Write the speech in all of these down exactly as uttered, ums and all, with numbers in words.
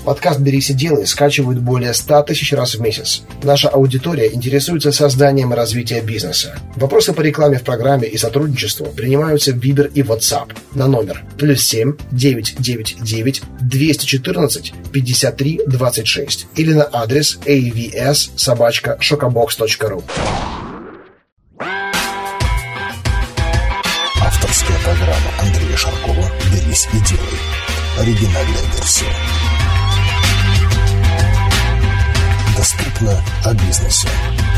Подкаст «Берись и делай» скачивают более ста тысяч раз в месяц. Наша аудитория интересуется созданием и развитием бизнеса. Вопросы по рекламе в программе и сотрудничеству принимаются в Viber и WhatsApp на номер плюс семь девятьсот девяносто девять двести четырнадцать пятьдесят три двадцать шесть или на адрес эй ви эс собака шокобокс точка ру. Авторская программа Андрея Шаркова «Берись и делай». Оригинальная версия. Доступно о бизнесе.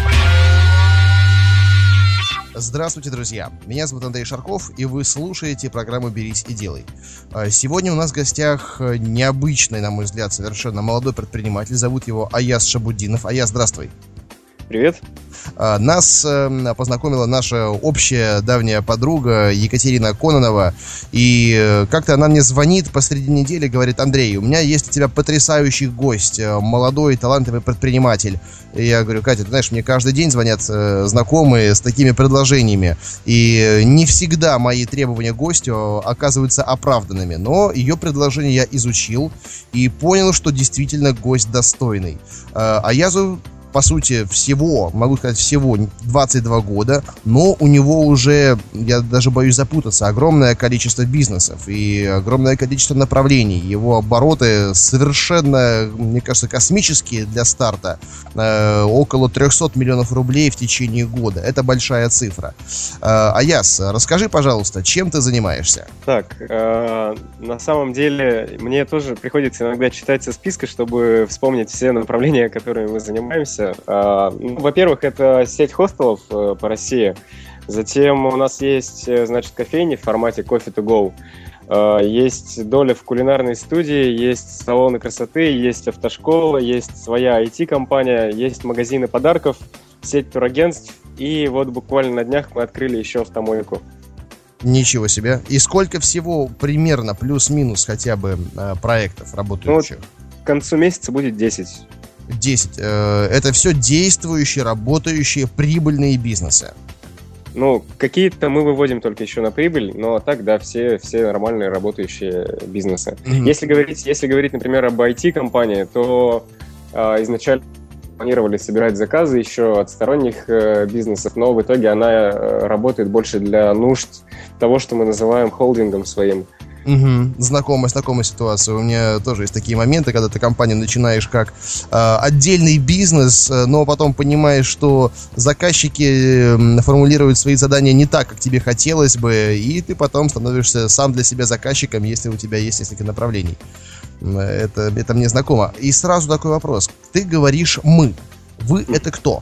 Здравствуйте, друзья! Меня зовут Андрей Шарков, и вы слушаете программу «Берись и делай». Сегодня у нас в гостях необычный, на мой взгляд, совершенно молодой предприниматель. Зовут его Аяз Шабудинов. Аяз, здравствуй! Привет! Нас познакомила наша общая давняя подруга Екатерина Кононова. И как-то она мне звонит посреди недели, говорит: Андрей, у меня есть у тебя потрясающий гость, молодой талантливый предприниматель. И я говорю: Катя, ты знаешь, мне каждый день звонят знакомые с такими предложениями. И не всегда мои требования к гостю оказываются оправданными. Но ее предложение я изучил и понял, что действительно гость достойный. Аязу, по сути, всего, могу сказать, всего двадцать два года, но у него уже, я даже боюсь запутаться, огромное количество бизнесов и огромное количество направлений. Его обороты совершенно, мне кажется, космические для старта. Э, около триста миллионов рублей в течение года. Это большая цифра. Э, Аяз, расскажи, пожалуйста, чем ты занимаешься? Так, э, на самом деле, мне тоже приходится иногда читать со списка, чтобы вспомнить все направления, которыми мы занимаемся. Ну, во-первых, это сеть хостелов по России. Затем у нас есть, значит, кофейни в формате coffee to go. Есть доля в кулинарной студии, есть салоны красоты, есть автошкола, есть своя ай ти-компания, есть магазины подарков, сеть турагентств. И вот буквально на днях мы открыли еще автомойку. Ничего себе. И сколько всего примерно, плюс-минус хотя бы, проектов работающих? Ну, к концу месяца будет десять. десять. Это все действующие, работающие, прибыльные бизнесы. Ну, какие-то мы выводим только еще на прибыль, но так, да, все, все нормальные работающие бизнесы. Mm-hmm. Если говорить, если говорить, например, об ай ти-компании, то э, изначально планировали собирать заказы еще от сторонних э, бизнесов, но в итоге она э, работает больше для нужд того, что мы называем холдингом своим. Угу. Знакомая, знакомая ситуация. У меня тоже есть такие моменты, когда ты компанию начинаешь как э, отдельный бизнес, но потом понимаешь, что заказчики э, формулируют свои задания не так, как тебе хотелось бы, и ты потом становишься сам для себя заказчиком, если у тебя есть несколько направлений. Это, это мне знакомо. И сразу такой вопрос. Ты говоришь «мы». Вы — это кто?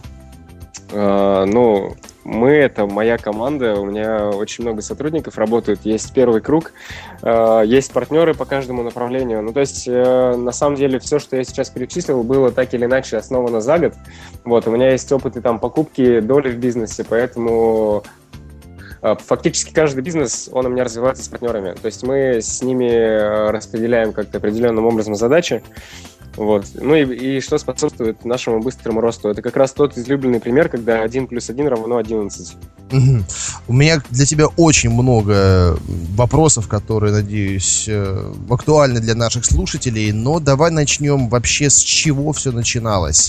Uh, ну, мы — это моя команда, у меня очень много сотрудников работают, есть первый круг, uh, есть партнеры по каждому направлению. Ну, то есть, uh, на самом деле, все, что я сейчас перечислил, было так или иначе основано за год. Вот, у меня есть опыт и там покупки доли в бизнесе, поэтому uh, фактически каждый бизнес, он у меня развивается с партнерами. То есть мы с ними распределяем как-то определенным образом задачи. Вот. Ну и, и что способствует нашему быстрому росту? Это как раз тот излюбленный пример, когда один плюс один равно одиннадцать. Угу. У меня для тебя очень много вопросов, которые, надеюсь, актуальны для наших слушателей. Но давай начнем вообще с чего все начиналось.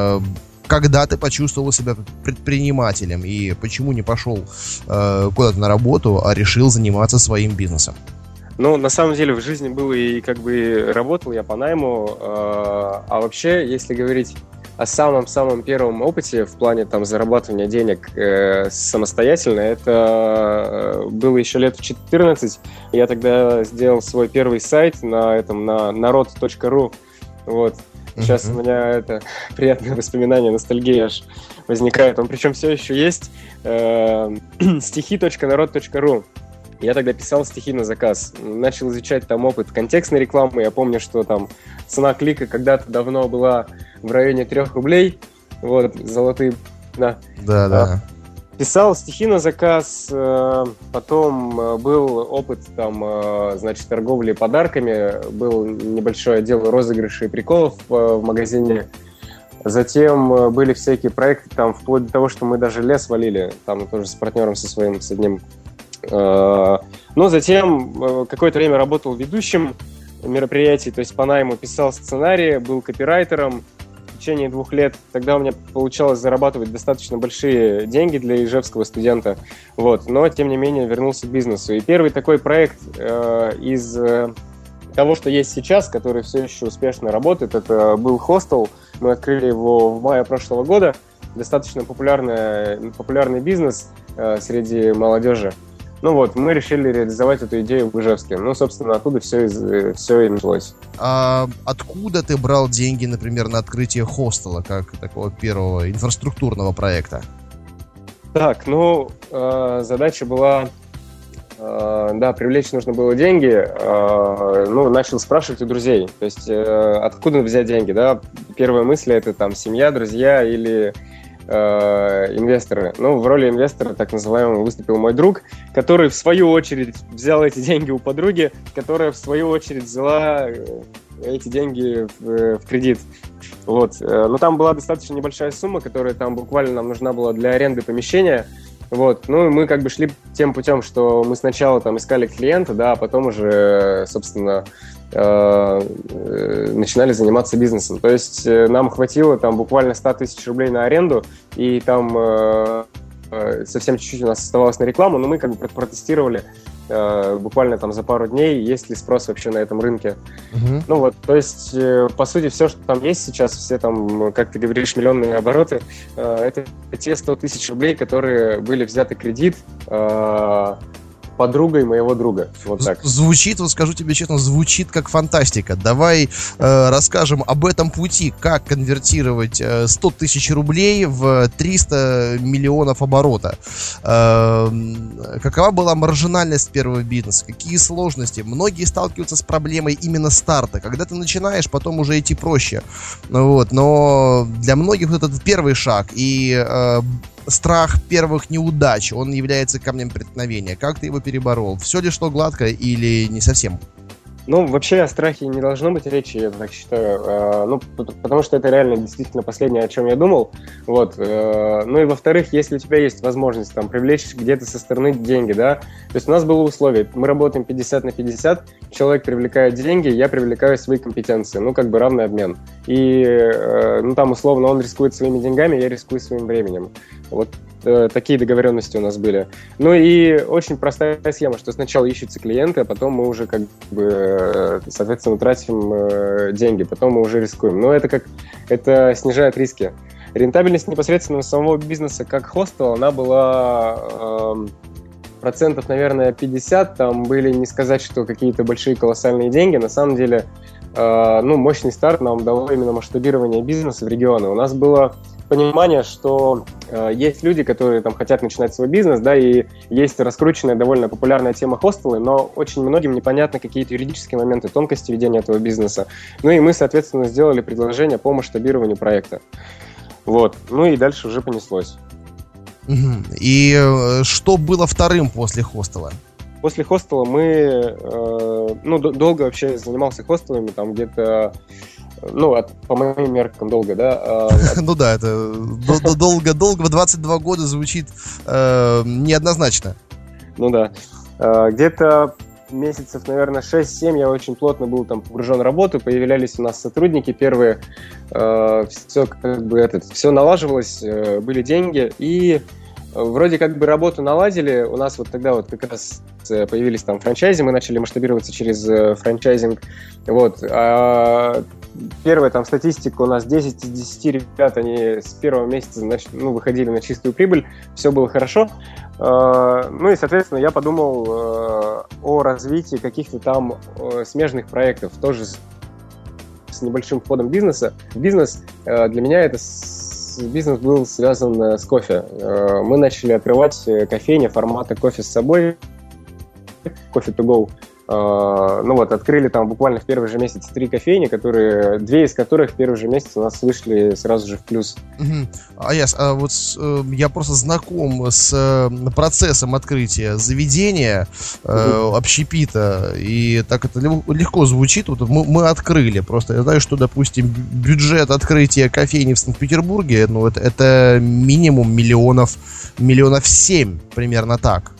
Когда ты почувствовал себя предпринимателем и почему не пошел куда-то на работу, а решил заниматься своим бизнесом? Ну, на самом деле, в жизни был и как бы работал я по найму, э, а вообще, если говорить о самом-самом первом опыте в плане там зарабатывания денег э, самостоятельно, это было еще лет в четырнадцать. Я тогда сделал свой первый сайт на этом, на народ точка ру. Вот. Сейчас uh-huh. у меня это приятное воспоминание, ностальгия аж возникает. Он причем все еще есть. Э, стихи точка народ точка ру. Я тогда писал стихи на заказ, начал изучать там опыт контекстной рекламы. Я помню, что там цена клика когда-то давно была в районе трех рублей, вот, золотые, да. Да, да. Писал стихи на заказ, потом был опыт там, значит, торговли подарками, был небольшой отдел розыгрышей и приколов в магазине. Затем были всякие проекты, там, вплоть до того, что мы даже лес валили, там тоже с партнером со своим, с одним. Но затем какое-то время работал ведущим, мероприятий, то есть по найму писал сценарии, был копирайтером в течение двух лет. Тогда у меня получалось зарабатывать достаточно большие деньги для ижевского студента. Вот. Но, тем не менее, вернулся к бизнесу. И первый такой проект э, из э, того, что есть сейчас, который все еще успешно работает, это был хостел. Мы открыли его в мае прошлого года. Достаточно популярный, популярный бизнес э, среди молодежи. Ну вот, мы решили реализовать эту идею в Ижевске. Ну, собственно, оттуда все, из, все и началось. А откуда ты брал деньги, например, на открытие хостела, как такого первого инфраструктурного проекта? Так, ну, э, задача была, э, да, привлечь нужно было деньги. Э, ну, начал спрашивать у друзей. То есть, э, откуда взять деньги, да? Первая мысль — это там семья, друзья или... инвесторы. Ну, в роли инвестора, так называемого, выступил мой друг, который, в свою очередь, взял эти деньги у подруги, которая, в свою очередь, взяла эти деньги в, в кредит. Вот. Но там была достаточно небольшая сумма, которая там буквально нам нужна была для аренды помещения. Вот. Ну, мы как бы шли тем путем, что мы сначала там искали клиента, да, а потом уже, собственно, начинали заниматься бизнесом. То есть нам хватило там буквально сто тысяч рублей на аренду, и там э, совсем чуть-чуть у нас оставалось на рекламу, но мы как бы протестировали э, буквально там за пару дней, есть ли спрос вообще на этом рынке. Uh-huh. Ну вот, то есть, э, по сути, все, что там есть сейчас, все там, как ты говоришь, миллионные обороты, э, это те сто тысяч рублей, которые были взяты кредит э, подругой моего друга. Вот так. Звучит, вот скажу тебе честно, звучит как фантастика. Давай э, расскажем об этом пути, как конвертировать э, сто тысяч рублей в триста миллионов оборота. Э, какова была маржинальность первого бизнеса? Какие сложности? Многие сталкиваются с проблемой именно старта. Когда ты начинаешь, потом уже идти проще. Вот. Но для многих вот этот первый шаг и э, страх первых неудач, он является камнем преткновения. Как ты его переборол? Все ли шло гладко или не совсем? Ну, вообще о страхе не должно быть речи, я так считаю. Э, ну, потому что это реально действительно последнее, о чем я думал. Вот. Э, ну и во-вторых, если у тебя есть возможность там привлечь где-то со стороны деньги, да, то есть у нас было условие, мы работаем пятьдесят на пятьдесят, человек привлекает деньги, я привлекаю свои компетенции, ну, как бы равный обмен. И, э, ну, там, условно, он рискует своими деньгами, я рискую своим временем. Вот э, такие договоренности у нас были. Ну и очень простая схема, что сначала ищутся клиенты, а потом мы уже как бы, э, соответственно, тратим э, деньги, потом мы уже рискуем. Но это как, это снижает риски. Рентабельность непосредственно самого бизнеса как хостела, она была э, процентов, наверное, пятьдесят. Там были, не сказать, что какие-то большие колоссальные деньги. На самом деле, э, ну, мощный старт нам дало именно масштабирование бизнеса в регионы. У нас было понимание, что э, есть люди, которые там хотят начинать свой бизнес, да, и есть раскрученная довольно популярная тема хостелы, но очень многим непонятны какие-то юридические моменты, тонкости ведения этого бизнеса. Ну и мы, соответственно, сделали предложение по масштабированию проекта. Вот. Ну и дальше уже понеслось. И э, что было вторым после хостела? После хостела мы, э, ну, д- долго вообще занимался хостелами, там где-то, ну, от, по моим меркам долго, да. От... Ну да, это долго-долго, в двадцать два года звучит э, неоднозначно. Ну да. Э, где-то месяцев, наверное, шесть-семь я очень плотно был там погружен в работу, появлялись у нас сотрудники первые, э, все как бы этот, все налаживалось, э, были деньги, и вроде как бы работу наладили, у нас вот тогда вот как раз появились там франчайзи, мы начали масштабироваться через франчайзинг, вот, а первая там статистика у нас десять из десяти ребят, они с первого месяца, значит, ну, выходили на чистую прибыль, все было хорошо, ну и, соответственно, я подумал о развитии каких-то там смежных проектов, тоже с небольшим входом бизнеса. Бизнес для меня это бизнес был связан с кофе. Мы начали открывать кофейни формата кофе с собой, кофе to go. Ну вот, открыли там буквально в первый же месяц три кофейни, которые, две из которых в первый же месяц у нас вышли сразу же в плюс. А я, а вот э, я просто знаком с э, процессом открытия заведения, э, uh-huh. общепита, и так это легко звучит. Вот мы, мы открыли, просто я знаю, что, допустим, бюджет открытия кофейни в Санкт-Петербурге, ну это, это минимум миллионов, миллионов семь, примерно так.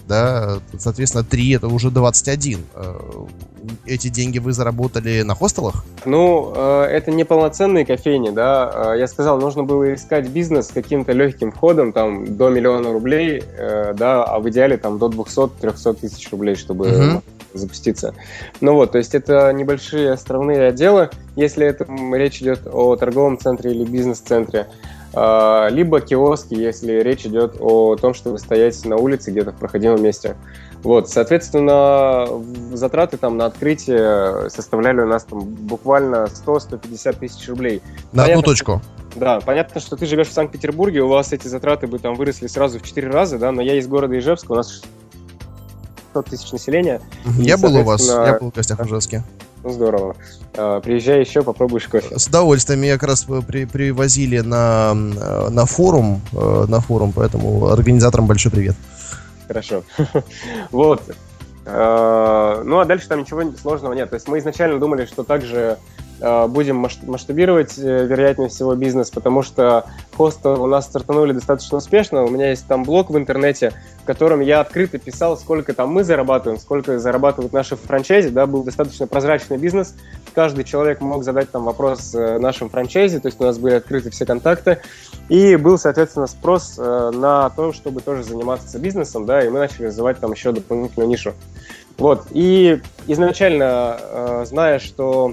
да, соответственно, три это уже двадцать один. Эти деньги вы заработали на хостелах? Ну, это не полноценные кофейни, да. Я сказал, нужно было искать бизнес с каким-то легким входом, там, до миллиона рублей, да, а в идеале там до двухсот-трехсот тысяч рублей, чтобы uh-huh. запуститься. Ну вот, то есть это небольшие островные отделы, если это речь идет о торговом центре или бизнес-центре, либо киоски, если речь идет о том, чтобы стоять на улице где-то в проходимом месте. Вот, соответственно, затраты там на открытие составляли у нас там буквально сто-сто пятьдесят тысяч рублей. На понятно, одну точку? Что, да, понятно, что ты живешь в Санкт-Петербурге, у вас эти затраты бы там выросли сразу в четыре раза, да, но я из города Ижевска, у нас шестьсот тысяч населения. Я и, был у вас, я был в гостях в Ижевске. Ну, здорово. Приезжай еще, попробуешь кофе. С удовольствием. Меня как раз при, привозили на, на форум, на форум, поэтому организаторам большой привет. Хорошо. Вот. Ну, а дальше там ничего сложного нет. То есть мы изначально думали, что также будем масштабировать, вероятнее всего, бизнес, потому что хосты у нас стартанули достаточно успешно. У меня есть там блог в интернете, в котором я открыто писал, сколько там мы зарабатываем, сколько зарабатывают наши франчайзи. Да, был достаточно прозрачный бизнес. Каждый человек мог задать там вопрос нашим франчайзи, то есть у нас были открыты все контакты. И был, соответственно, спрос на то, чтобы тоже заниматься бизнесом, да, и мы начали развивать там еще дополнительную нишу. Вот. И изначально, зная, что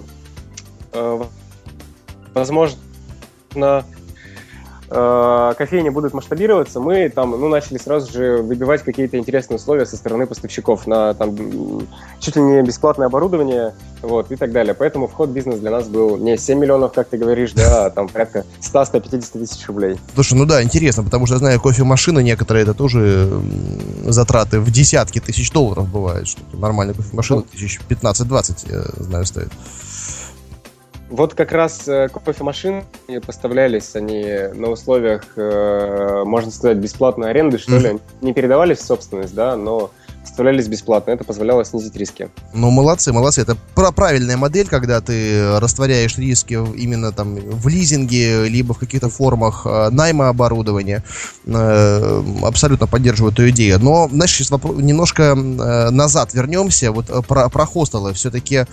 возможно, кофейни будут масштабироваться, мы там, ну, начали сразу же выбивать какие-то интересные условия со стороны поставщиков на там чуть ли не бесплатное оборудование, вот, и так далее. Поэтому вход в бизнес для нас был не семь миллионов, как ты говоришь, да, а там порядка сто-сто пятьдесят тысяч рублей. Слушай, ну да, интересно, потому что я знаю, кофемашины некоторые, это тоже затраты в десятки тысяч долларов бывают, что нормальная кофемашина тысяч пятнадцать-двадцать, я знаю, стоит. Вот как раз кофемашины поставлялись они на условиях, можно сказать, бесплатной аренды, что ли. Не передавались в собственность, да, но поставлялись бесплатно. Это позволяло снизить риски. Ну, молодцы, молодцы. Это правильная модель, когда ты растворяешь риски именно там в лизинге, либо в каких-то формах найма оборудования. Абсолютно поддерживаю эту идею. Но, знаешь, сейчас вопрос, немножко назад вернемся. Вот про, про хостелы. Все-таки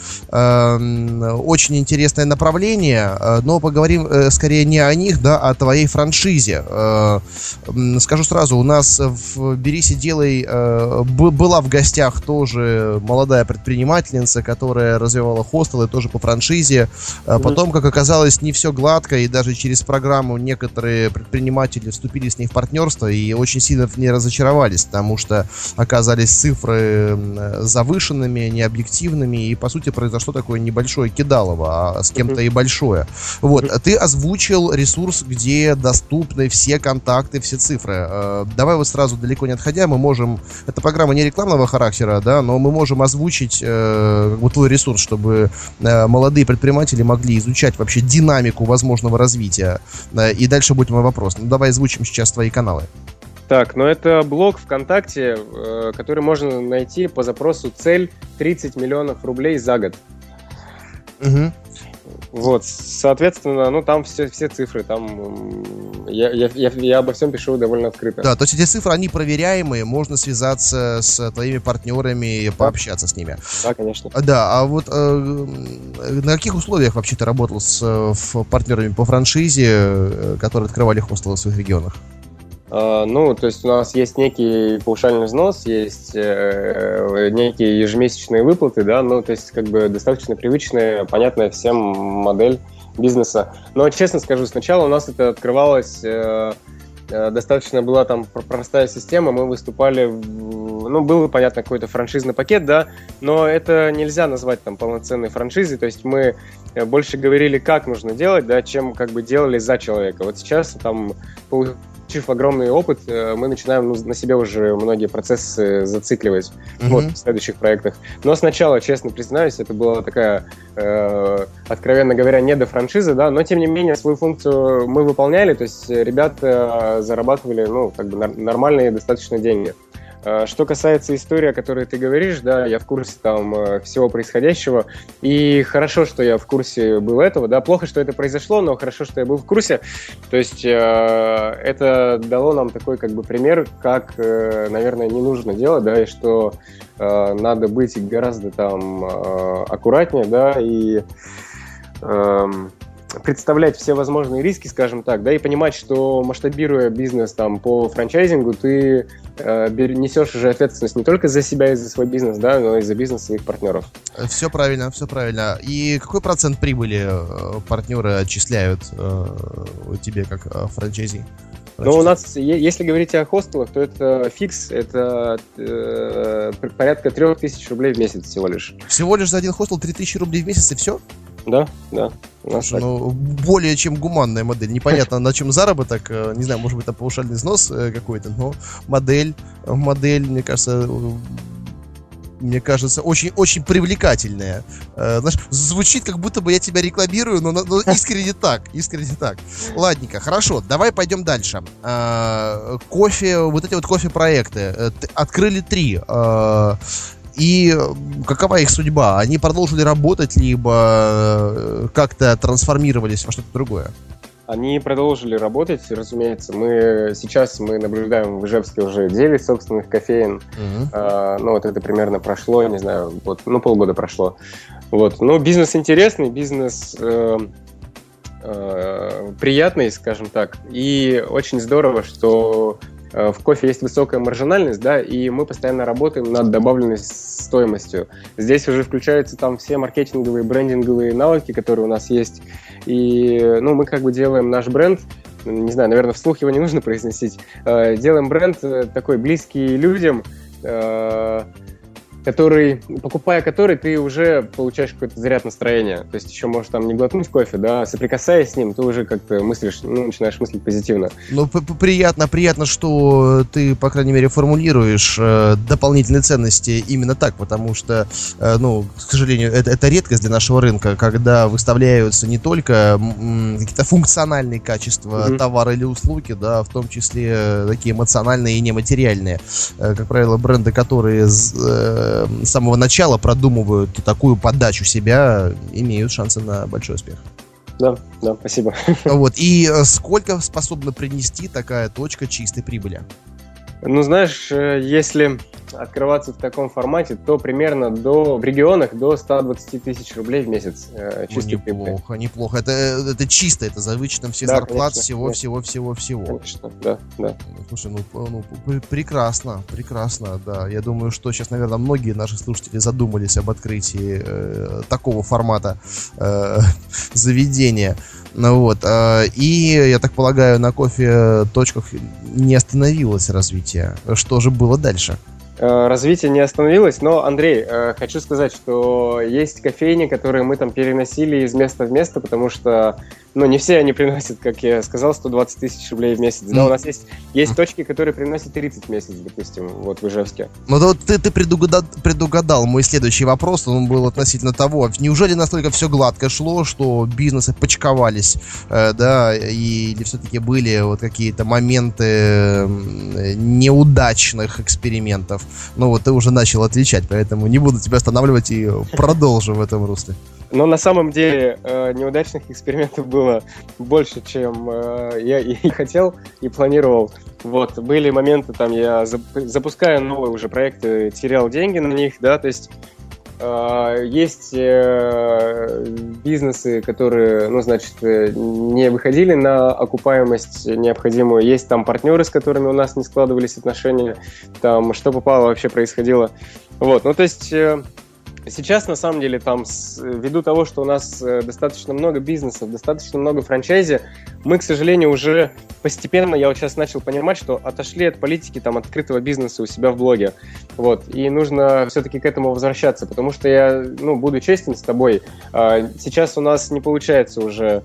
э, очень интересное направление, но поговорим э, скорее не о них, да, а о твоей франшизе. Э, скажу сразу, у нас в «Берись и делай» э, была в гостях тоже молодая предпринимательница, которая развивала хостелы тоже по франшизе. Mm-hmm. Потом, как оказалось, не все гладко, и даже через программу некоторые предприниматели вступили с ней в партнерство и очень сильно в ней разочаровались, потому что оказались цифры завышенными, необъективными, и, по сути, произошло такое небольшое кидалово, а с кем-то mm-hmm. и большое. Вот. Mm-hmm. Ты озвучил ресурс, где доступны все контакты, все цифры. Давай вот сразу, далеко не отходя, мы можем... Эта программа не рекламного характера, да, но мы можем озвучить э, вот твой ресурс, чтобы э, молодые предприниматели могли изучать вообще динамику возможного развития. Э, и дальше будет мой вопрос. Ну, давай озвучим сейчас твои каналы. Так, ну это блог ВКонтакте, э, который можно найти по запросу «Цель тридцать миллионов рублей за год». Угу. Вот, соответственно, ну там все, все цифры, там я, я, я, я обо всем пишу довольно открыто. Да, то есть эти цифры, они проверяемые, можно связаться с твоими партнерами и пообщаться с ними. Да, конечно. Да, а вот э, на каких условиях вообще ты работал с в, партнерами по франшизе, которые открывали хостелы в своих регионах? Uh, ну, то есть у нас есть некий паушальный взнос, есть э, некие ежемесячные выплаты, да, ну, то есть как бы достаточно привычная, понятная всем модель бизнеса. Но, честно скажу, сначала у нас это открывалось, э, э, достаточно была там простая система, мы выступали, в, ну, был, понятно, какой-то франшизный пакет, да, но это нельзя назвать там полноценной франшизой, то есть мы больше говорили, как нужно делать, да, чем как бы делали за человека. Вот сейчас там получив огромный опыт, мы начинаем ну, на себе уже многие процессы зацикливать mm-hmm. вот, в следующих проектах. Но сначала, честно признаюсь, это была такая, э, откровенно говоря, не до франшизы, да, но тем не менее свою функцию мы выполняли, то есть ребята зарабатывали ну, как бы нормальные достаточно деньги. Что касается истории, о которой ты говоришь, да, я в курсе там всего происходящего, и хорошо, что я в курсе был этого, да, плохо, что это произошло, но хорошо, что я был в курсе, то есть это дало нам такой как бы пример, как, наверное, не нужно делать, да, и что надо быть гораздо там аккуратнее, да, и представлять все возможные риски, скажем так, да, и понимать, что масштабируя бизнес там по франчайзингу, ты э, несешь уже ответственность не только за себя и за свой бизнес, да, но и за бизнес своих партнеров. Все правильно, все правильно. И какой процент прибыли э, партнеры отчисляют э, тебе как э, франчайзи? Ну, у нас, если говорить о хостелах, то это фикс, это э, порядка трех тысяч рублей в месяц всего лишь. Всего лишь за один хостел три тысячи рублей в месяц и все? Да, да. Слушай, ну, более чем гуманная модель. Непонятно, на чем заработок. Не знаю, может быть, это паушальный взнос какой-то, но модель, модель, мне кажется, мне кажется, очень-очень привлекательная. Знаешь, звучит, как будто бы я тебя рекламирую, но, но искренне так, искренне так. Ладненько, хорошо, давай пойдем дальше. Кофе, вот эти вот кофе-проекты. Открыли три. И какова их судьба? Они продолжили работать, либо как-то трансформировались во что-то другое? Они продолжили работать, разумеется. Мы сейчас мы наблюдаем в Ижевске уже девять собственных кофеен. Uh-huh. А, ну, вот это примерно прошло, не знаю, вот, ну, полгода прошло. Вот. Но бизнес интересный, бизнес э, э, приятный, скажем так. И очень здорово, что в кофе есть высокая маржинальность, да, и мы постоянно работаем над добавленной стоимостью. Здесь уже включаются там все маркетинговые, брендинговые навыки, которые у нас есть. И, ну, мы как бы делаем наш бренд, не знаю, наверное, вслух его не нужно произносить, делаем бренд такой близкий людям, который, покупая который, ты уже получаешь какой-то заряд настроения. То есть еще можешь там не глотнуть кофе, да, соприкасаясь с ним, ты уже как-то мыслишь, ну, начинаешь мыслить позитивно. Ну, приятно, приятно, что ты, по крайней мере, формулируешь э, дополнительные ценности именно так, потому что, э, ну, к сожалению, это, это редкость для нашего рынка, когда выставляются не только м, какие-то функциональные качества mm-hmm. товара или услуги, да, в том числе такие эмоциональные и нематериальные. Э, как правило, бренды, которые э, с самого начала продумывают такую подачу себя, имеют шансы на большой успех. Да, да, спасибо. Вот. И сколько способна принести такая точка чистой прибыли? Ну, знаешь, если открываться в таком формате, то примерно до, в регионах до ста двадцати тысяч рублей в месяц э, чистой ну, прибыли. Неплохо, неплохо. Это, это чисто, это за вычетом всех да, зарплат, всего-всего-всего-всего. Конечно, да, да. Слушай, ну, ну прекрасно, прекрасно, да. Я думаю, что сейчас, наверное, многие наши слушатели задумались об открытии э, такого формата э, заведения. Ну вот, э, и, я так полагаю, на кофе-точках не остановилось развитие. Что же было дальше? Развитие не остановилось, но, Андрей, хочу сказать, что есть кофейни, которые мы там переносили из места в место, потому что, ну, не все они приносят, как я сказал, сто двадцать тысяч рублей в месяц. Да, у нас есть, есть точки, которые приносят тридцать в месяц, допустим, вот в Ижевске. Ну, вот ты, ты предугадал, предугадал мой следующий вопрос, он был относительно того, неужели настолько все гладко шло, что бизнесы почковались, э, да, и, или все-таки были вот какие-то моменты неудачных экспериментов? Ну вот ты уже начал отвечать, поэтому не буду тебя останавливать и продолжу в этом русле. Но на самом деле э, неудачных экспериментов было больше, чем э, я и хотел, и планировал. Вот, были моменты, там я запуская новые уже проекты, терял деньги на них, да, то есть э, есть э, бизнесы, которые, ну, значит, не выходили на окупаемость необходимую, есть там партнеры, с которыми у нас не складывались отношения, там что попало вообще происходило. Вот, ну, то есть... Э, Сейчас, на самом деле, там, с, ввиду того, что у нас э, достаточно много бизнесов, достаточно много франчайзи, мы, к сожалению, уже постепенно, я вот сейчас начал понимать, что отошли от политики там, открытого бизнеса у себя в блоге. Вот. И нужно все-таки к этому возвращаться, потому что я, ну, буду честен с тобой, э, сейчас у нас не получается уже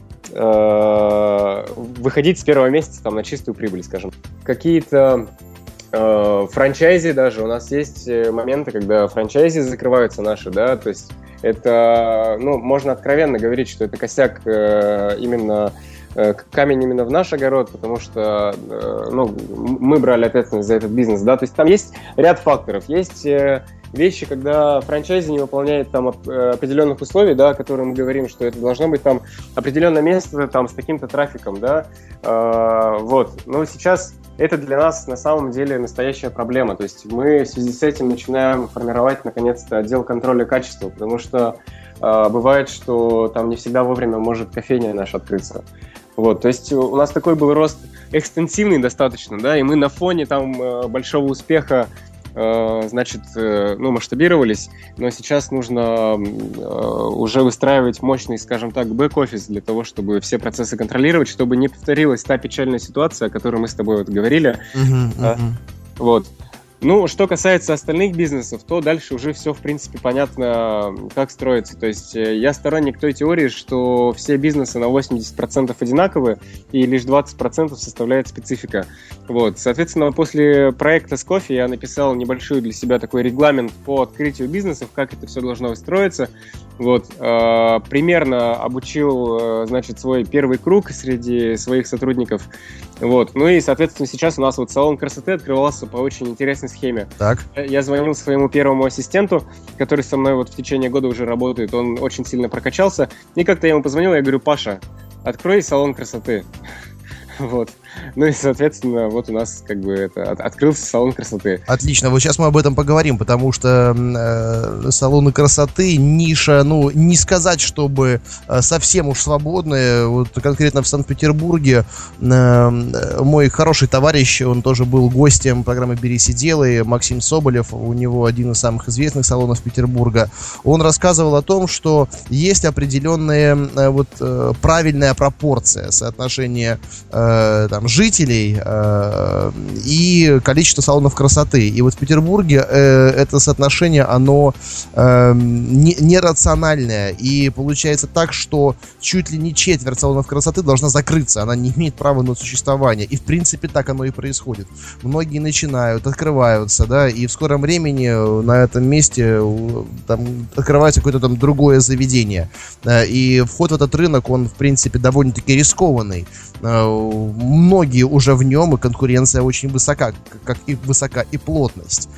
э, выходить с первого месяца там, на чистую прибыль, скажем. Какие-то франчайзи даже, у нас есть моменты, когда франчайзи закрываются наши, да, то есть это, ну, можно откровенно говорить, что это косяк именно камень именно в наш огород, потому что ну, мы брали ответственность за этот бизнес, да, то есть там есть ряд факторов, есть вещи, когда франчайзи не выполняет там определенных условий, да, которые мы говорим, что это должно быть там определенное место там с таким-то трафиком, да, вот, но сейчас это для нас на самом деле настоящая проблема, то есть мы в связи с этим начинаем формировать наконец-то отдел контроля качества, потому что бывает, что там не всегда вовремя может кофейня наша открыться. Вот, то есть у нас такой был рост экстенсивный достаточно, да, и мы на фоне там большого успеха, значит, ну, масштабировались, но сейчас нужно уже выстраивать мощный, скажем так, бэк-офис для того, чтобы все процессы контролировать, чтобы не повторилась та печальная ситуация, о которой мы с тобой вот говорили. Uh-huh, uh-huh. Вот. Ну, что касается остальных бизнесов, то дальше уже все, в принципе, понятно, как строится. То есть я сторонник той теории, что все бизнесы на восемьдесят процентов одинаковые, и лишь двадцать процентов составляет специфика. Вот. Соответственно, после проекта с кофе я написал небольшой для себя такой регламент по открытию бизнесов, как это все должно строиться. Вот. Э, примерно обучил, э, значит, свой первый круг среди своих сотрудников. Вот. Ну и, соответственно, сейчас у нас вот салон красоты открывался по очень интересной схеме. Так. Я звонил своему первому ассистенту, который со мной вот в течение года уже работает, он очень сильно прокачался, и как-то я ему позвонил, я говорю: Паша, открой салон красоты. Вот. Ну и, соответственно, вот у нас как бы это от, открылся салон красоты. Отлично, вот сейчас мы об этом поговорим, потому что э, салоны красоты, ниша, ну, не сказать, чтобы э, совсем уж свободные. Вот конкретно в Санкт-Петербурге э, мой хороший товарищ, он тоже был гостем программы «Берись и делай», Максим Соболев, у него один из самых известных салонов Петербурга. Он рассказывал о том, что есть определенная э, вот э, правильная пропорция соотношения э, там, жителей э, и количество салонов красоты. И вот в Петербурге э, это соотношение, оно э, не, нерациональное. И получается так, что чуть ли не четверть салонов красоты должна закрыться. Она не имеет права на существование. И в принципе так оно и происходит. Многие начинают, открываются, да, и в скором времени на этом месте там открывается какое-то там другое заведение. И вход в этот рынок, он в принципе довольно-таки рискованный. Многие уже в нем, и конкуренция очень высока, как и высока и плотность.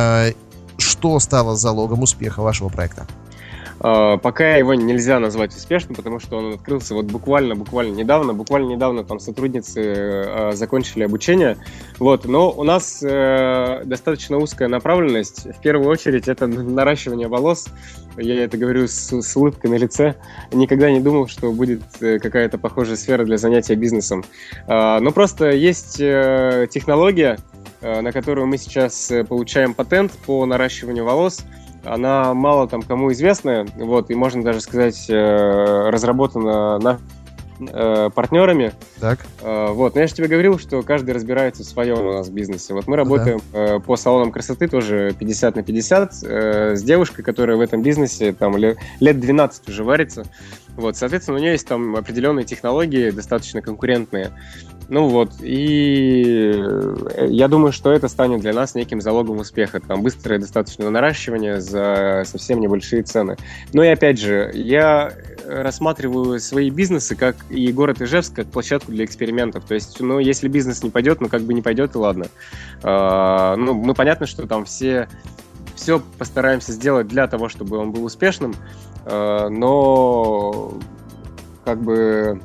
Что стало залогом успеха вашего проекта? Пока его нельзя назвать успешным, потому что он открылся вот буквально, буквально недавно, буквально недавно там сотрудницы э, закончили обучение, вот, но у нас э, достаточно узкая направленность, в первую очередь это наращивание волос, я это говорю с, с улыбкой на лице, никогда не думал, что будет какая-то похожая сфера для занятия бизнесом, э, но просто есть э, технология, э, на которую мы сейчас получаем патент по наращиванию волос. Она мало там кому известна, вот, и можно даже сказать, э, разработана на, э, партнерами. Так. Э, вот, но я же тебе говорил, что каждый разбирается в своем у нас бизнесе. Вот мы работаем да. э, по салонам красоты тоже пятьдесят на пятьдесят э, с девушкой, которая в этом бизнесе там лет, лет двенадцать уже варится. Вот, соответственно, у нее есть там определенные технологии, достаточно конкурентные. Ну вот, и я думаю, что это станет для нас неким залогом успеха. Там быстрое достаточно наращивание за совсем небольшие цены. Но и опять же, я рассматриваю свои бизнесы, как и город Ижевск, как площадку для экспериментов. То есть, ну, если бизнес не пойдет, ну, как бы не пойдет, и ладно. А, ну, мы понятно, что там все, все постараемся сделать для того, чтобы он был успешным, а, но как бы...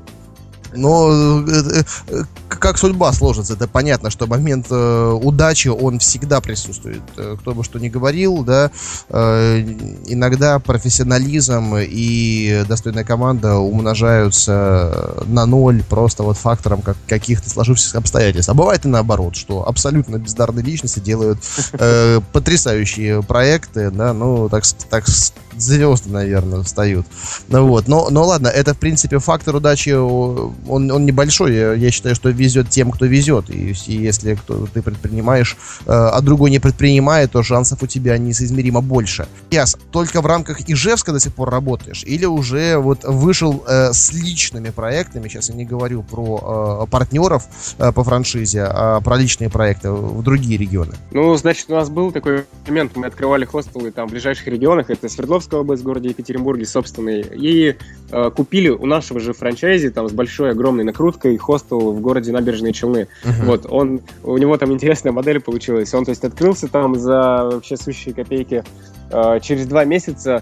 Но как судьба сложится, это понятно, что момент э, удачи, он всегда присутствует. Кто бы что ни говорил, да, э, иногда профессионализм и достойная команда умножаются на ноль просто вот фактором как, каких-то сложившихся обстоятельств. А бывает и наоборот, что абсолютно бездарные личности делают э, потрясающие проекты, да, ну, так, так звезды, наверное, встают. Ну, вот. но, но ладно, это, в принципе, фактор удачи, он, он небольшой. Я, я считаю, что везет везет тем, кто везет. И, и если кто, ты предпринимаешь, э, а другой не предпринимает, то шансов у тебя несоизмеримо больше. Яс, только в рамках Ижевска до сих пор работаешь? Или уже вот вышел э, с личными проектами, сейчас я не говорю про э, партнеров э, по франшизе, а про личные проекты в другие регионы? Ну, значит, у нас был такой момент, мы открывали хостелы там в ближайших регионах, это Свердловская область, в городе Екатеринбурге собственный, и э, купили у нашего же франчайзи там с большой, огромной накруткой хостел в городе Набережные Челны. Uh-huh. Вот, он, у него там интересная модель получилась, он, то есть, открылся там за вообще сущие копейки, э, через два месяца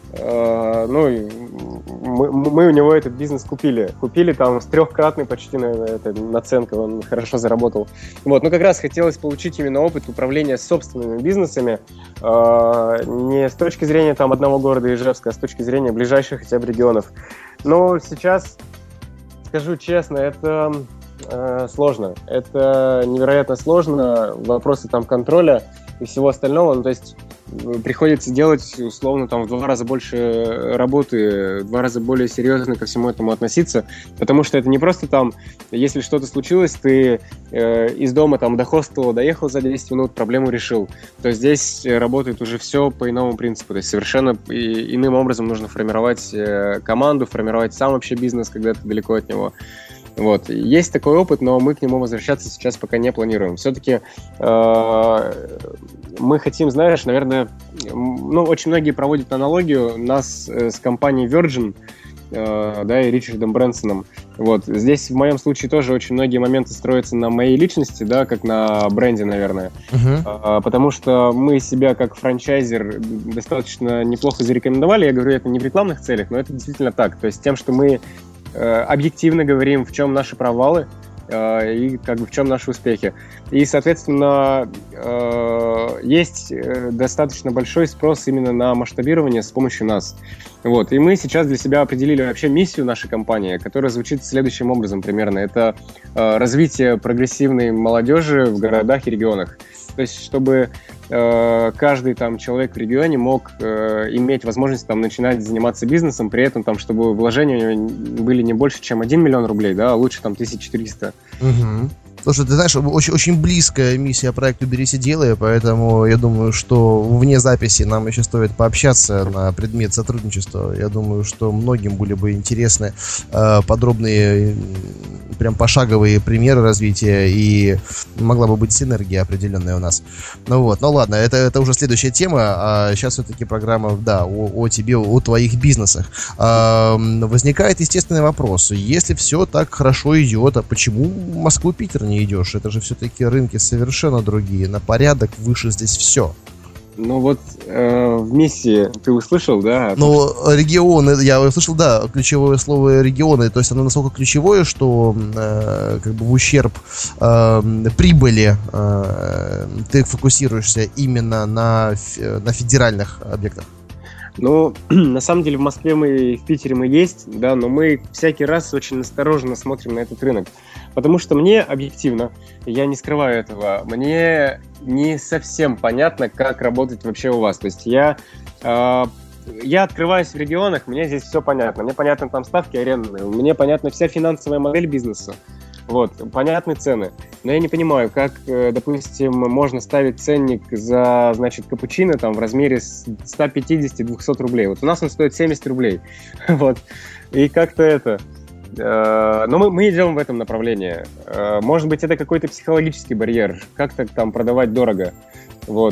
Uh, ну, мы, мы у него этот бизнес купили. Купили там с трехкратной почти на, это, наценка, он хорошо заработал. Вот, ну как раз хотелось получить именно опыт управления собственными бизнесами, uh, не с точки зрения там одного города Ижевска, а с точки зрения ближайших хотя бы регионов. Но сейчас, скажу честно, это uh, сложно. Это невероятно сложно. Вопросы там контроля и всего остального, ну то есть приходится делать, условно, там, в два раза больше работы, в два раза более серьезно ко всему этому относиться, потому что это не просто там, если что-то случилось, ты э, из дома там до хостела доехал за десять минут, проблему решил. То есть здесь работает уже все по иному принципу, то есть совершенно и, иным образом нужно формировать э, команду, формировать сам вообще бизнес, когда ты далеко от него. Вот. Есть такой опыт, но мы к нему возвращаться сейчас пока не планируем. Все-таки э, мы хотим, знаешь, наверное, ну, очень многие проводят аналогию нас э, с компанией Virgin, э, да, и Ричардом Брэнсоном. Вот. Здесь в моем случае тоже очень многие моменты строятся на моей личности, да, как на бренде, наверное. Uh-huh. Э, потому что мы себя как франчайзер достаточно неплохо зарекомендовали. Я говорю это не в рекламных целях, но это действительно так. То есть тем, что мы объективно говорим, в чем наши провалы э, и как бы в чем наши успехи. И, соответственно, э, есть достаточно большой спрос именно на масштабирование с помощью нас. Вот. И мы сейчас для себя определили вообще миссию нашей компании, которая звучит следующим образом примерно. Это э, развитие прогрессивной молодежи в городах и регионах. То есть, чтобы э, каждый там человек в регионе мог э, иметь возможность там начинать заниматься бизнесом, при этом там, чтобы вложения у него были не больше, чем один миллион рублей, да, а лучше там тысяча четыреста. Угу. Слушай, ты знаешь, очень, очень близкая миссия проекту «Берись и делай», поэтому я думаю, что вне записи нам еще стоит пообщаться на предмет сотрудничества. Я думаю, что многим были бы интересны э, подробные, прям пошаговые примеры развития, и могла бы быть синергия определенная у нас. Ну вот, ну ладно, это, это уже следующая тема, а сейчас все-таки программа, да, о, о тебе, о твоих бизнесах. Э, возникает естественный вопрос: если все так хорошо идет, а почему Москву-Питер не идешь? Это же все-таки рынки совершенно другие, на порядок выше здесь все. Ну вот э, в миссии ты услышал, да? Ну, регионы, я услышал, да, ключевое слово регионы, то есть оно настолько ключевое, что э, как бы в ущерб э, прибыли э, ты фокусируешься именно на, на федеральных объектах. Ну, на самом деле в Москве мы и в Питере мы есть, да, но мы всякий раз очень осторожно смотрим на этот рынок. Потому что мне объективно, я не скрываю этого, мне не совсем понятно, как работать вообще у вас. То есть я, э, я открываюсь в регионах, мне здесь все понятно. Мне понятны там ставки арендные, мне понятна вся финансовая модель бизнеса. Вот, понятны цены. Но я не понимаю, как, допустим, можно ставить ценник за, значит, капучино там в размере сто пятьдесят - двести рублей. Вот у нас он стоит семьдесят рублей. Вот. И как-то это... Но мы, мы идем в этом направлении. Может быть, это какой-то психологический барьер. Как-то там продавать дорого. Вот.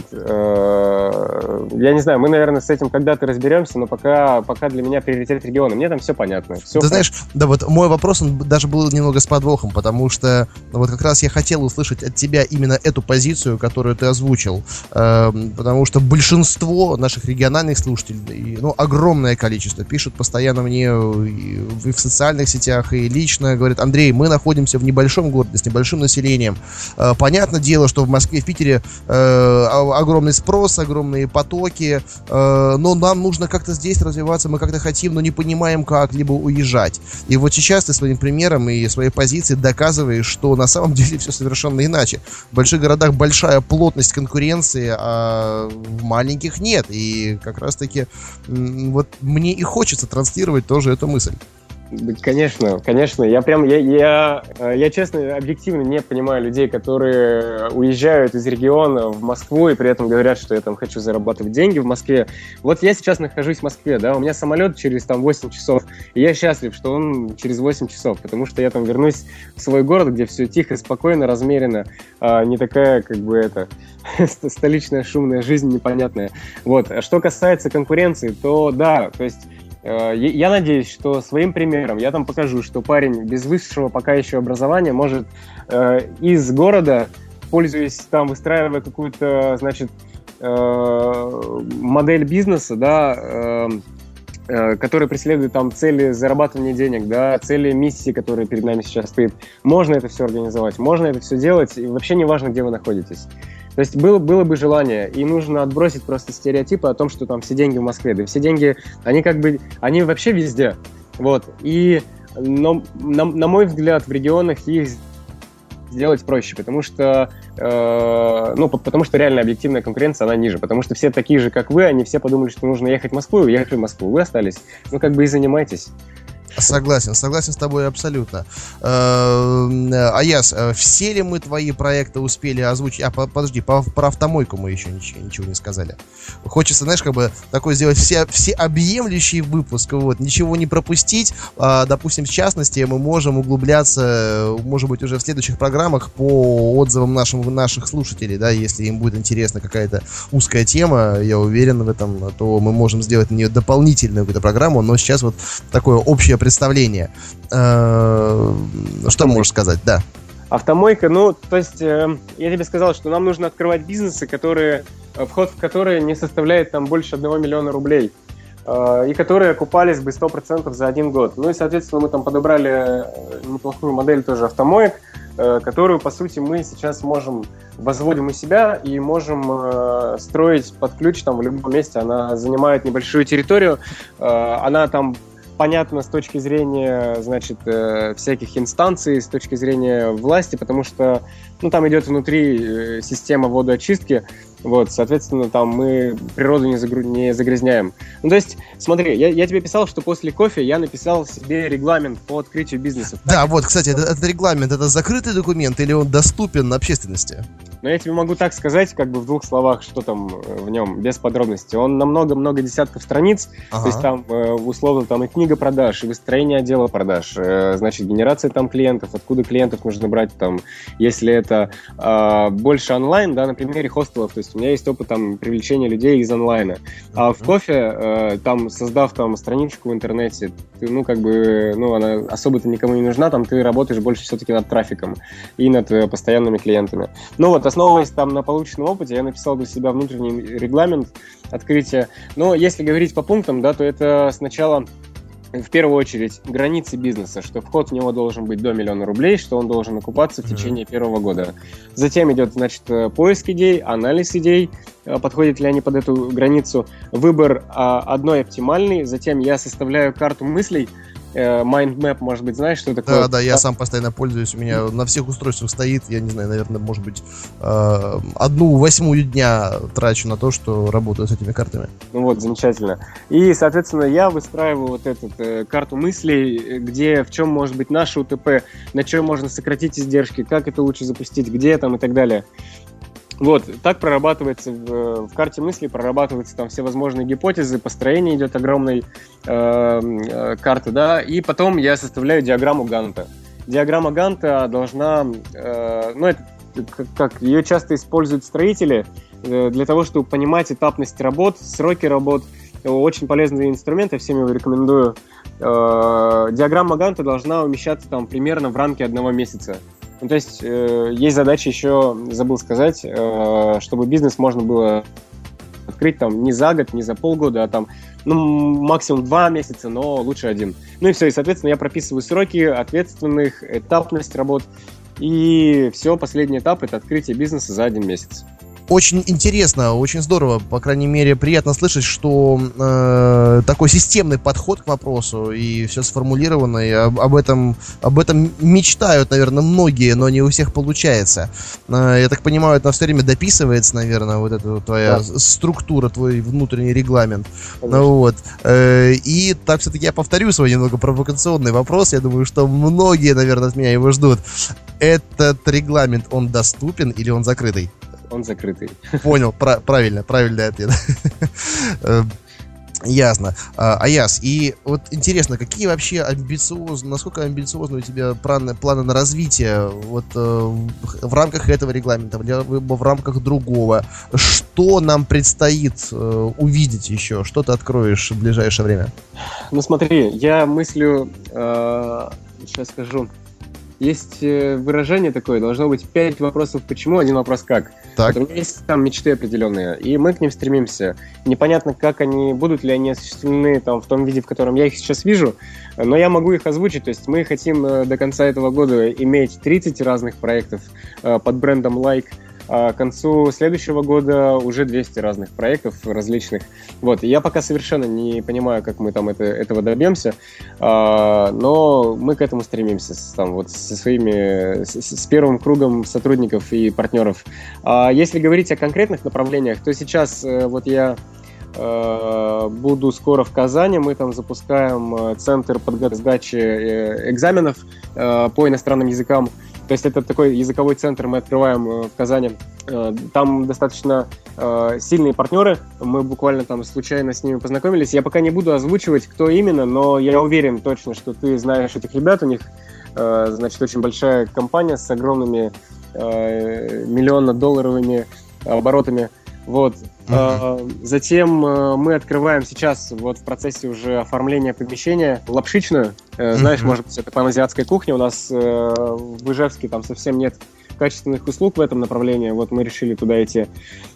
Я не знаю, мы, наверное, с этим когда-то разберемся, но пока, пока для меня приоритет региона. Мне там все понятно. Все Ты знаешь, да, вот мой вопрос, он даже был немного с подвохом, потому что ну, вот как раз я хотел услышать от тебя именно эту позицию, которую ты озвучил. Э, потому что большинство наших региональных слушателей, ну, огромное количество, пишут постоянно мне и в социальных сетях, и лично, говорят: Андрей, мы находимся в небольшом городе с небольшим населением. Э, понятное дело, что в Москве, в Питере э, огромный спрос, огромные потоки, э, но нам нужно как-то здесь развиваться, мы как-то хотим, но не понимаем как, либо уезжать. И вот сейчас ты своим примером и своей позицией доказываешь, что на самом деле все совершенно иначе. В больших городах большая плотность конкуренции, а в маленьких нет. И как раз таки вот мне и хочется транслировать тоже эту мысль. Конечно, конечно. Я прям, я, я, я честно, объективно не понимаю людей, которые уезжают из региона в Москву и при этом говорят, что я там хочу зарабатывать деньги в Москве. Вот я сейчас нахожусь в Москве, да, у меня самолет через там восемь часов, и я счастлив, что он через восемь часов, потому что я там вернусь в свой город, где все тихо, спокойно, размеренно, а не такая, как бы, это, столичная шумная жизнь непонятная. Вот. А что касается конкуренции, то да, то есть я надеюсь, что своим примером я там покажу, что парень без высшего пока еще образования может э, из города, пользуясь там, выстраивая какую-то, значит, э, модель бизнеса, да, э, э, которая преследует там цели зарабатывания денег, да, цели миссии, которые перед нами сейчас стоит, можно это все организовать, можно это все делать, и вообще не важно, где вы находитесь. То есть было, было бы желание, и нужно отбросить просто стереотипы о том, что там все деньги в Москве. Да все деньги, они как бы, они вообще везде. Вот. И, но, на, на мой взгляд, в регионах их сделать проще, потому что, э, ну, потому что реально объективная конкуренция, она ниже. Потому что все такие же, как вы, они все подумали, что нужно ехать в Москву, и уехали в Москву. Вы остались. Ну, как бы и занимайтесь. Согласен, согласен с тобой абсолютно. Аяс, все ли мы твои проекты успели озвучить? А, подожди, по, про автомойку мы еще ничего, ничего не сказали. Хочется, знаешь, как бы такой сделать все, всеобъемлющий выпуск, вот, ничего не пропустить. А, допустим, в частности, мы можем углубляться, может быть, уже в следующих программах по отзывам нашим, наших слушателей, да, если им будет интересна какая-то узкая тема, я уверен в этом, то мы можем сделать на нее дополнительную какую-то программу, но сейчас вот такое общее представление. Что можешь сказать? Да. Автомойка, ну, то есть э, я тебе сказал, что нам нужно открывать бизнесы, которые, вход в которые не составляет там больше одного миллиона рублей, э, и которые окупались бы сто процентов за один год. Ну и, соответственно, мы там подобрали неплохую модель тоже автомоек, э, которую, по сути, мы сейчас можем, возводим у себя и можем э, строить под ключ там в любом месте. Она занимает небольшую территорию, э, она там понятно с точки зрения, значит, э, всяких инстанций, с точки зрения власти, потому что, ну, там идет внутри э, система водоочистки, вот, соответственно, там мы природу не, загру... не загрязняем. Ну, то есть, смотри, я, я тебе писал, что после кофе я написал себе регламент по открытию бизнеса. Да, так? Вот, кстати, этот, этот регламент, это закрытый документ или он доступен общественности? Но я тебе могу так сказать, как бы в двух словах, что там в нем, без подробностей. Он на много-много десятков страниц, ага. То есть там условно там и книга продаж, и выстроение отдела продаж, значит, генерация там клиентов, откуда клиентов нужно брать там, если это э, больше онлайн, да, на примере хостелов, то есть у меня есть опыт там привлечения людей из онлайна. А в кофе, э, там, создав там страничку в интернете, ты, ну, как бы, ну, она особо-то никому не нужна, там ты работаешь больше все-таки над трафиком и над э, постоянными клиентами. Ну вот, основываясь там на полученном опыте, я написал для себя внутренний регламент открытия. Но если говорить по пунктам, да, то это сначала, в первую очередь, границы бизнеса, что вход в него должен быть до миллиона рублей, что он должен окупаться в течение первого года. Затем идет, значит, поиск идей, анализ идей, подходят ли они под эту границу, выбор а, одной оптимальный, затем я составляю карту мыслей, Mind Map, может быть, знаешь, что такое? Да, да, я сам постоянно пользуюсь, у меня на всех устройствах стоит, я не знаю, наверное, может быть, одну восьмую дня трачу на то, что работаю с этими картами. Ну вот, замечательно. И, соответственно, я выстраиваю вот эту э, карту мыслей, где, в чем может быть наше УТП, на чем можно сократить издержки, как это лучше запустить, где там и так далее. Вот, так прорабатывается в, в карте мыслей, прорабатываются там все возможные гипотезы, построение идет огромной э, э, карты, да, и потом я составляю диаграмму Ганта. Диаграмма Ганта должна, э, ну, это как, как ее часто используют строители э, для того, чтобы понимать этапность работ, сроки работ. Очень полезный инструмент, я всем его рекомендую. Э, диаграмма Ганта должна умещаться там примерно в рамке одного месяца. Ну, то есть э, есть задача еще, забыл сказать, э, чтобы бизнес можно было открыть там не за год, не за полгода, а там, ну, максимум два месяца, но лучше один. Ну и все, и, соответственно, я прописываю сроки ответственных, этапность работ, и все, последний этап – это открытие бизнеса за один месяц. Очень интересно, очень здорово, по крайней мере, приятно слышать, что э, такой системный подход к вопросу, и все сформулировано, и об, об, этом, об этом мечтают, наверное, многие, но не у всех получается. Э, я так понимаю, это все время дописывается, наверное, вот эта вот твоя да. структура, твой внутренний регламент. Ну, вот. э, и так все-таки я повторю свой немного провокационный вопрос, я думаю, что многие, наверное, от меня его ждут. Этот регламент, он доступен или он закрытый? Он закрытый. Понял, пра- правильно, правильный ответ. Ясно. Аяс, и вот интересно, какие вообще амбициозные, насколько амбициозны у тебя планы, планы на развитие вот в рамках этого регламента, либо в рамках другого? Что нам предстоит увидеть еще? Что ты откроешь в ближайшее время? Ну смотри, я мыслю, э, сейчас скажу. Есть выражение такое, должно быть пять вопросов почему, один вопрос как. Вот у меня есть там мечты определенные, и мы к ним стремимся. Непонятно, как они, будут ли они осуществлены там, в том виде, в котором я их сейчас вижу, но я могу их озвучить. То есть мы хотим до конца этого года иметь тридцать разных проектов под брендом Like, а к концу следующего года уже двести разных проектов различных. Вот. И я пока совершенно не понимаю, как мы там это, этого добьемся, а, но мы к этому стремимся с, там, вот, со своими, с, с первым кругом сотрудников и партнеров. А если говорить о конкретных направлениях, то сейчас вот я э, буду скоро в Казани, мы там запускаем центр подготовки сдачи экзаменов э, по иностранным языкам. То есть это такой языковой центр мы открываем в Казани. Там достаточно э, сильные партнеры. Мы буквально там случайно с ними познакомились. Я пока не буду озвучивать, кто именно, но я уверен точно, что ты знаешь этих ребят. У них, э, значит, очень большая компания с огромными э, миллионно-долларовыми оборотами. Вот. Uh-huh. Затем мы открываем сейчас вот в процессе уже оформления помещения лапшичную. Uh-huh. Знаешь, может быть, это паназиатская кухня. У нас в Ижевске там совсем нет качественных услуг в этом направлении. Вот мы решили туда идти.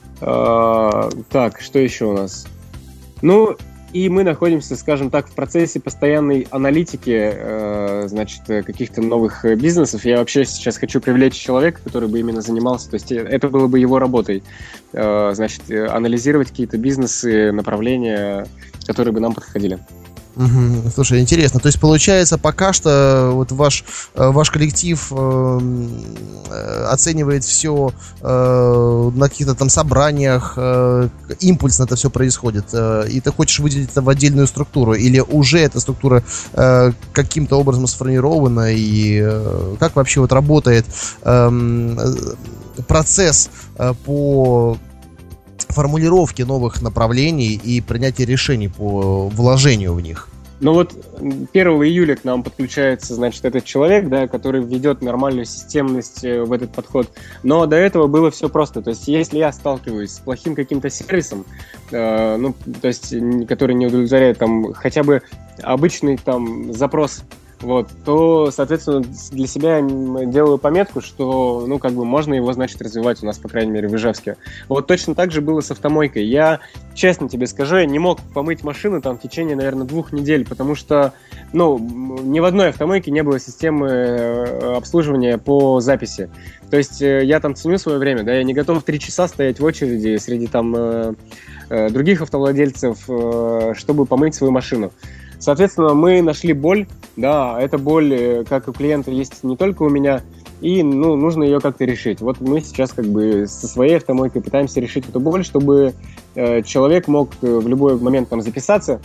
Так, что еще у нас? Ну, и мы находимся, скажем так, в процессе постоянной аналитики, э, значит, каких-то новых бизнесов. Я вообще сейчас хочу привлечь человека, который бы именно занимался, то есть это было бы его работой, э, значит, анализировать какие-то бизнесы, направления, которые бы нам подходили. Угу. Слушай, интересно. То есть, получается, пока что вот ваш, ваш коллектив э, оценивает все э, на каких-то там собраниях, э, импульсно это все происходит, э, и ты хочешь выделить это в отдельную структуру, или уже эта структура э, каким-то образом сформирована, и э, как вообще вот работает э, процесс э, по формулировки новых направлений и принятия решений по вложению в них? Ну вот первого июля к нам подключается, значит, этот человек, да, который введет нормальную системность в этот подход. Но до этого было все просто. То есть если я сталкиваюсь с плохим каким-то сервисом, э, ну, то есть который не удовлетворяет там хотя бы обычный там запрос, вот, то, соответственно, для себя я делаю пометку, что, ну, как бы можно его, значит, развивать у нас, по крайней мере, в Ижевске. Вот точно так же было с автомойкой. Я, честно тебе скажу, я не мог помыть машину там в течение, наверное, двух недель, потому что, ну, ни в одной автомойке не было системы обслуживания по записи. То есть я там ценю свое время, да, я не готов три часа стоять в очереди среди там э, э, других автовладельцев, э, чтобы помыть свою машину. Соответственно, мы нашли боль, да, эта боль, как у клиента, есть не только у меня, и, ну, нужно ее как-то решить. Вот мы сейчас как бы со своей автомойкой пытаемся решить эту боль, чтобы э, человек мог в любой момент там записаться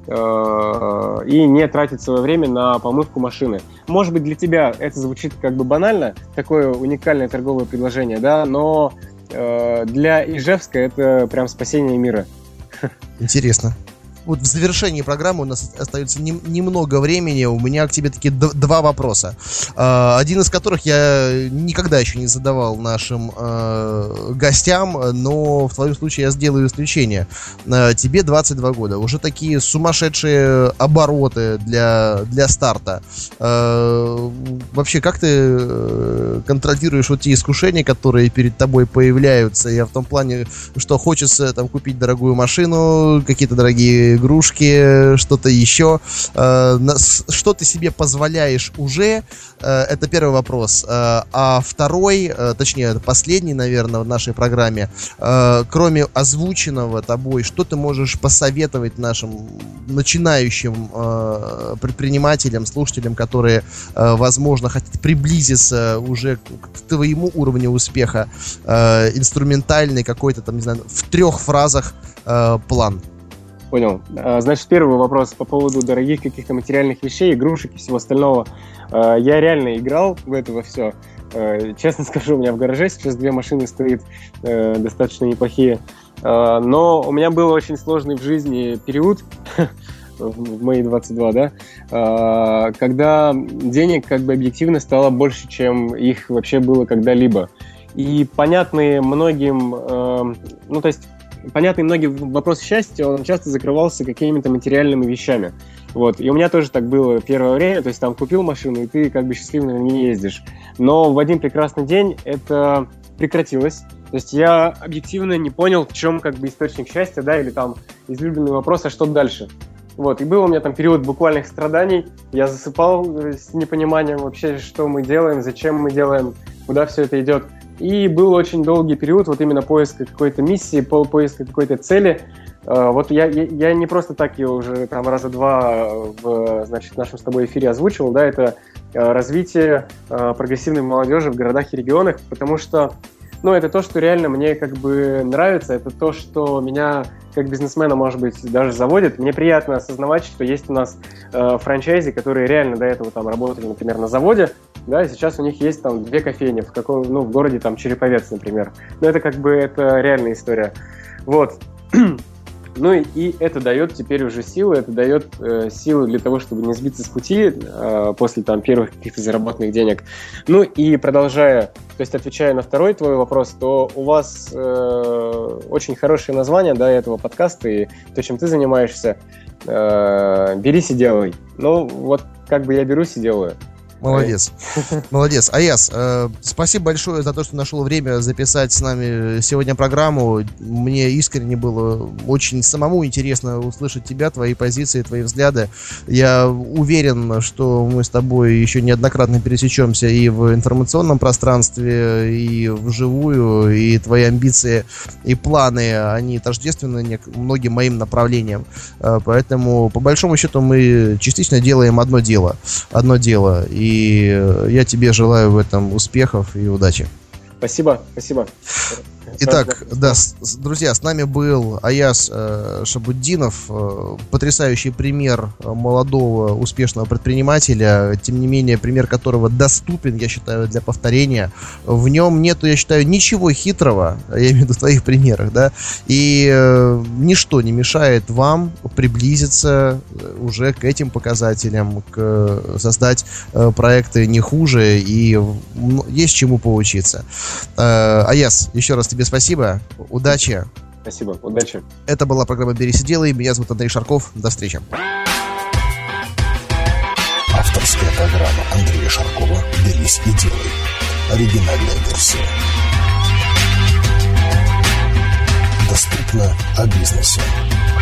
э, и не тратить свое время на помывку машины. Может быть, для тебя это звучит как бы банально, такое уникальное торговое предложение, да, но э, для Ижевска это прям спасение мира. Интересно. Вот в завершении программы у нас остается не, немного времени. У меня к тебе такие д- два вопроса. Uh, один из которых я никогда еще не задавал нашим uh, гостям, но в твоем случае я сделаю исключение. Uh, тебе двадцать два года. Уже такие сумасшедшие обороты для, для старта. Uh, вообще, как ты uh, контролируешь вот те искушения, которые перед тобой появляются? Я в том плане, что хочется там купить дорогую машину, какие-то дорогие новые игрушки, что-то еще. Что ты себе позволяешь уже? Это первый вопрос. А второй, точнее, последний, наверное, в нашей программе, кроме озвученного тобой, что ты можешь посоветовать нашим начинающим предпринимателям, слушателям, которые, возможно, хотят приблизиться уже к твоему уровню успеха, инструментальный какой-то там, не знаю, в трех фразах план? Понял. Значит, первый вопрос по поводу дорогих каких-то материальных вещей, игрушек и всего остального. Я реально играл в это во все. Честно скажу, у меня в гараже сейчас две машины стоит, достаточно неплохие. Но у меня был очень сложный в жизни период, в мои двадцать два, да, когда денег как бы объективно стало больше, чем их вообще было когда-либо. И понятные многим, ну то есть понятный многим вопрос счастья, он часто закрывался какими-то материальными вещами. Вот. И у меня тоже так было первое время, то есть там купил машину, и ты как бы счастливый на ней ездишь. Но в один прекрасный день это прекратилось. То есть я объективно не понял, в чем как бы источник счастья, да, или там излюбленный вопрос, а что дальше? Вот. И был у меня там период буквальных страданий, я засыпал с непониманием вообще, что мы делаем, зачем мы делаем, куда все это идет. И был очень долгий период вот именно поиска какой-то миссии, поиска какой-то цели. Вот я, я, я не просто так ее уже там раза два в, значит, нашем с тобой эфире озвучивал, да, это развитие прогрессивной молодежи в городах и регионах, потому что, ну, это то, что реально мне как бы нравится, это то, что меня как бизнесмена, может быть, даже заводит. Мне приятно осознавать, что есть у нас э, франчайзи, которые реально до этого там работали, например, на заводе, да, и сейчас у них есть там две кофейни в каком, ну, в городе там Череповец, например. Но это как бы это реальная история. Вот. Ну и, и это дает теперь уже силы, это дает э, силы для того, чтобы не сбиться с пути э, после там первых каких-то заработанных денег. Ну и продолжая, то есть отвечая на второй твой вопрос, то у вас э, очень хорошее название, да, этого подкаста и то, чем ты занимаешься, э, «Берись и делай». Ну вот как бы я берусь и делаю. Молодец. Молодец. Аяс, э, спасибо большое за то, что нашел время записать с нами сегодня программу. Мне искренне было очень самому интересно услышать тебя, твои позиции, твои взгляды. Я уверен, что мы с тобой еще неоднократно пересечемся и в информационном пространстве, и вживую, и твои амбиции и планы, они тождественны многим моим направлениям. Э, поэтому, по большому счету, мы частично делаем одно дело. Одно дело. И И я тебе желаю в этом успехов и удачи. Спасибо, спасибо. Итак, да, с, друзья, с нами был Аяс э, Шабуддинов, э, потрясающий пример молодого успешного предпринимателя, тем не менее, пример которого доступен, я считаю, для повторения. В нем нету, я считаю, ничего хитрого, я имею в виду в твоих примерах, да, и э, ничто не мешает вам приблизиться уже к этим показателям, к создать э, проекты не хуже, и ну, есть чему поучиться. Э, Аяс, еще раз тебе спасибо, удачи. Спасибо, удачи. Это была программа «Берись и делай». Меня зовут Андрей Шарков. До встречи. Авторская программа Андрея Шаркова «Берись и делай». Оригинальная версия. Доступно о бизнесе.